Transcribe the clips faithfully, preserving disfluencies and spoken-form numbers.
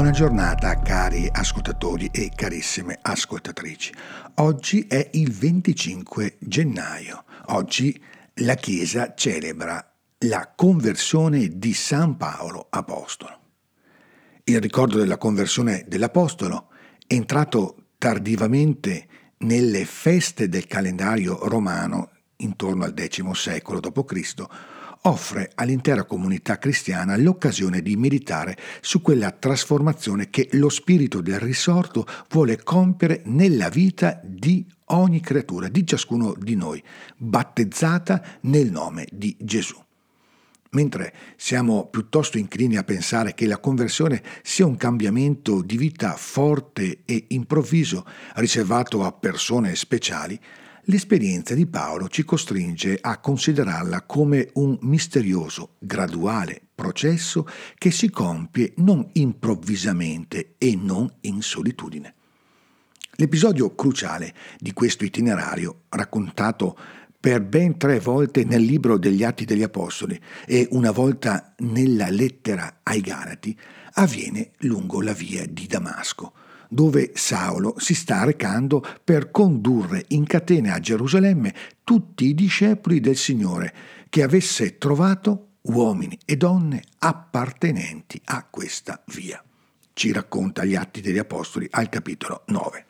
Buona giornata cari ascoltatori e carissime ascoltatrici. Oggi è il venticinque gennaio. Oggi la Chiesa celebra la conversione di San Paolo Apostolo. Il ricordo della conversione dell'Apostolo, entrato tardivamente nelle feste del calendario romano intorno al decimo secolo dopo Cristo, offre all'intera comunità cristiana l'occasione di meditare su quella trasformazione che lo Spirito del risorto vuole compiere nella vita di ogni creatura, di ciascuno di noi, battezzata nel nome di Gesù. Mentre siamo piuttosto inclini a pensare che la conversione sia un cambiamento di vita forte e improvviso riservato a persone speciali, l'esperienza di Paolo ci costringe a considerarla come un misterioso, graduale processo che si compie non improvvisamente e non in solitudine. L'episodio cruciale di questo itinerario, raccontato per ben tre volte nel libro degli Atti degli Apostoli e una volta nella lettera ai Galati, avviene lungo la via di Damasco, dove Saulo si sta recando per condurre in catene a Gerusalemme tutti i discepoli del Signore che avesse trovato, uomini e donne appartenenti a questa via. Ci racconta gli Atti degli Apostoli al capitolo nove.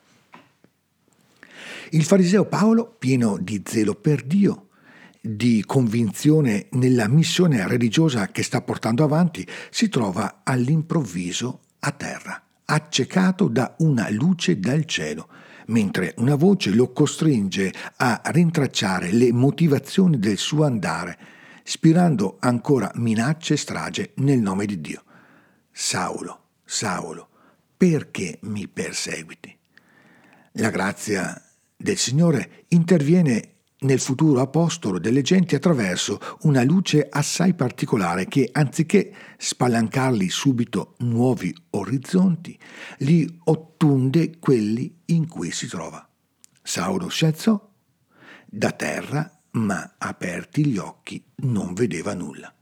Il fariseo Paolo, pieno di zelo per Dio, di convinzione nella missione religiosa che sta portando avanti, si trova all'improvviso a terra, accecato da una luce dal cielo, mentre una voce lo costringe a rintracciare le motivazioni del suo andare, spirando ancora minacce e strage nel nome di Dio. Saulo, Saulo, perché mi perseguiti? La grazia del Signore interviene nel futuro apostolo delle genti attraverso una luce assai particolare che, anziché spalancarli subito nuovi orizzonti, li ottunde quelli in cui si trova. Saulo si alzò da terra, ma aperti gli occhi non vedeva nulla.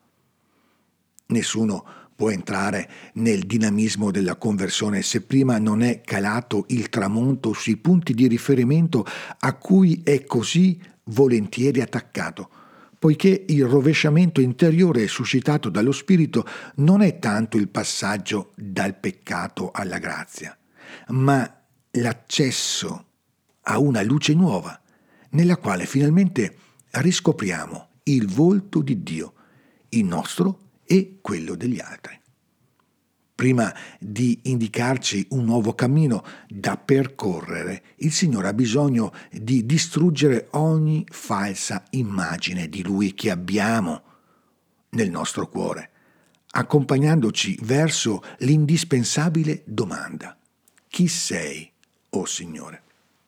Nessuno può entrare nel dinamismo della conversione se prima non è calato il tramonto sui punti di riferimento a cui è così volentieri attaccato, poiché il rovesciamento interiore suscitato dallo Spirito non è tanto il passaggio dal peccato alla grazia, ma l'accesso a una luce nuova, nella quale finalmente riscopriamo il volto di Dio, il nostro e quello degli altri. Prima di indicarci un nuovo cammino da percorrere, il Signore ha bisogno di distruggere ogni falsa immagine di Lui che abbiamo nel nostro cuore, accompagnandoci verso l'indispensabile domanda: chi sei, o Signore?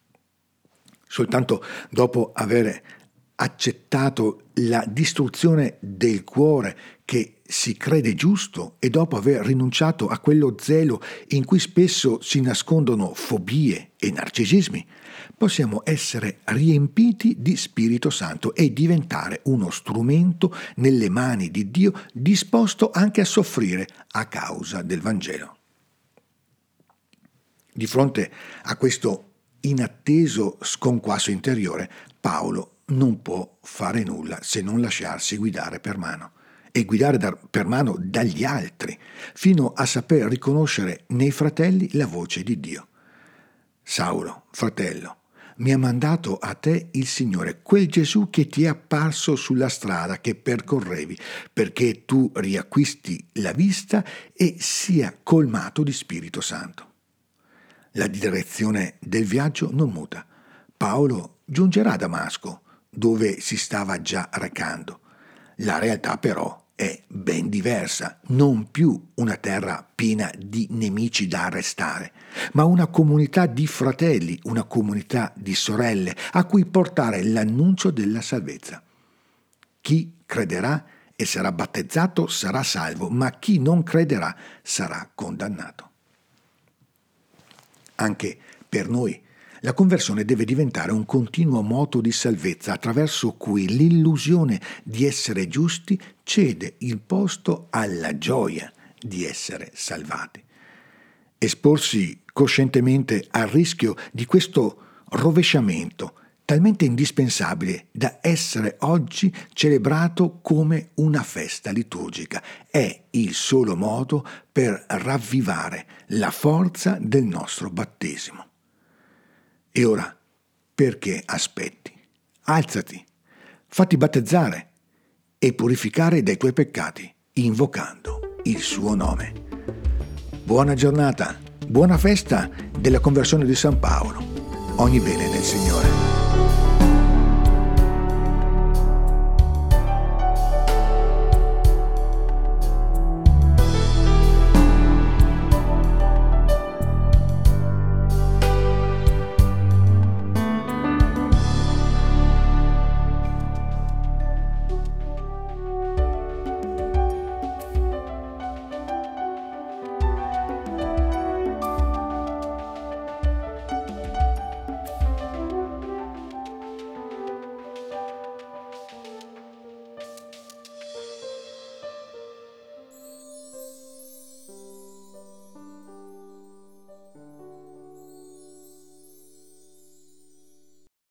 Soltanto dopo aver accettato la distruzione del cuore che si crede giusto e dopo aver rinunciato a quello zelo in cui spesso si nascondono fobie e narcisismi, possiamo essere riempiti di Spirito Santo e diventare uno strumento nelle mani di Dio, disposto anche a soffrire a causa del Vangelo. Di fronte a questo inatteso sconquasso interiore, Paolo non può fare nulla se non lasciarsi guidare per mano e guidare da, per mano dagli altri, fino a saper riconoscere nei fratelli la voce di Dio. Saulo, fratello, mi ha mandato a te il Signore, quel Gesù che ti è apparso sulla strada che percorrevi, perché tu riacquisti la vista e sia colmato di Spirito Santo. La direzione del viaggio non muta. Paolo giungerà a Damasco, dove si stava già recando. La realtà però è ben diversa, non più una terra piena di nemici da arrestare, ma una comunità di fratelli, una comunità di sorelle a cui portare l'annuncio della salvezza. Chi crederà e sarà battezzato sarà salvo, ma chi non crederà sarà condannato. Anche per noi la conversione deve diventare un continuo moto di salvezza attraverso cui l'illusione di essere giusti cede il posto alla gioia di essere salvati. esporsi coscientemente al rischio di questo rovesciamento talmente indispensabile da essere oggi celebrato come una festa liturgica. È il solo modo per ravvivare la forza del nostro battesimo. E ora, perché aspetti? Alzati, fatti battezzare e purificare dai tuoi peccati, invocando il suo nome. Buona giornata, buona festa della conversione di San Paolo. Ogni bene nel Signore.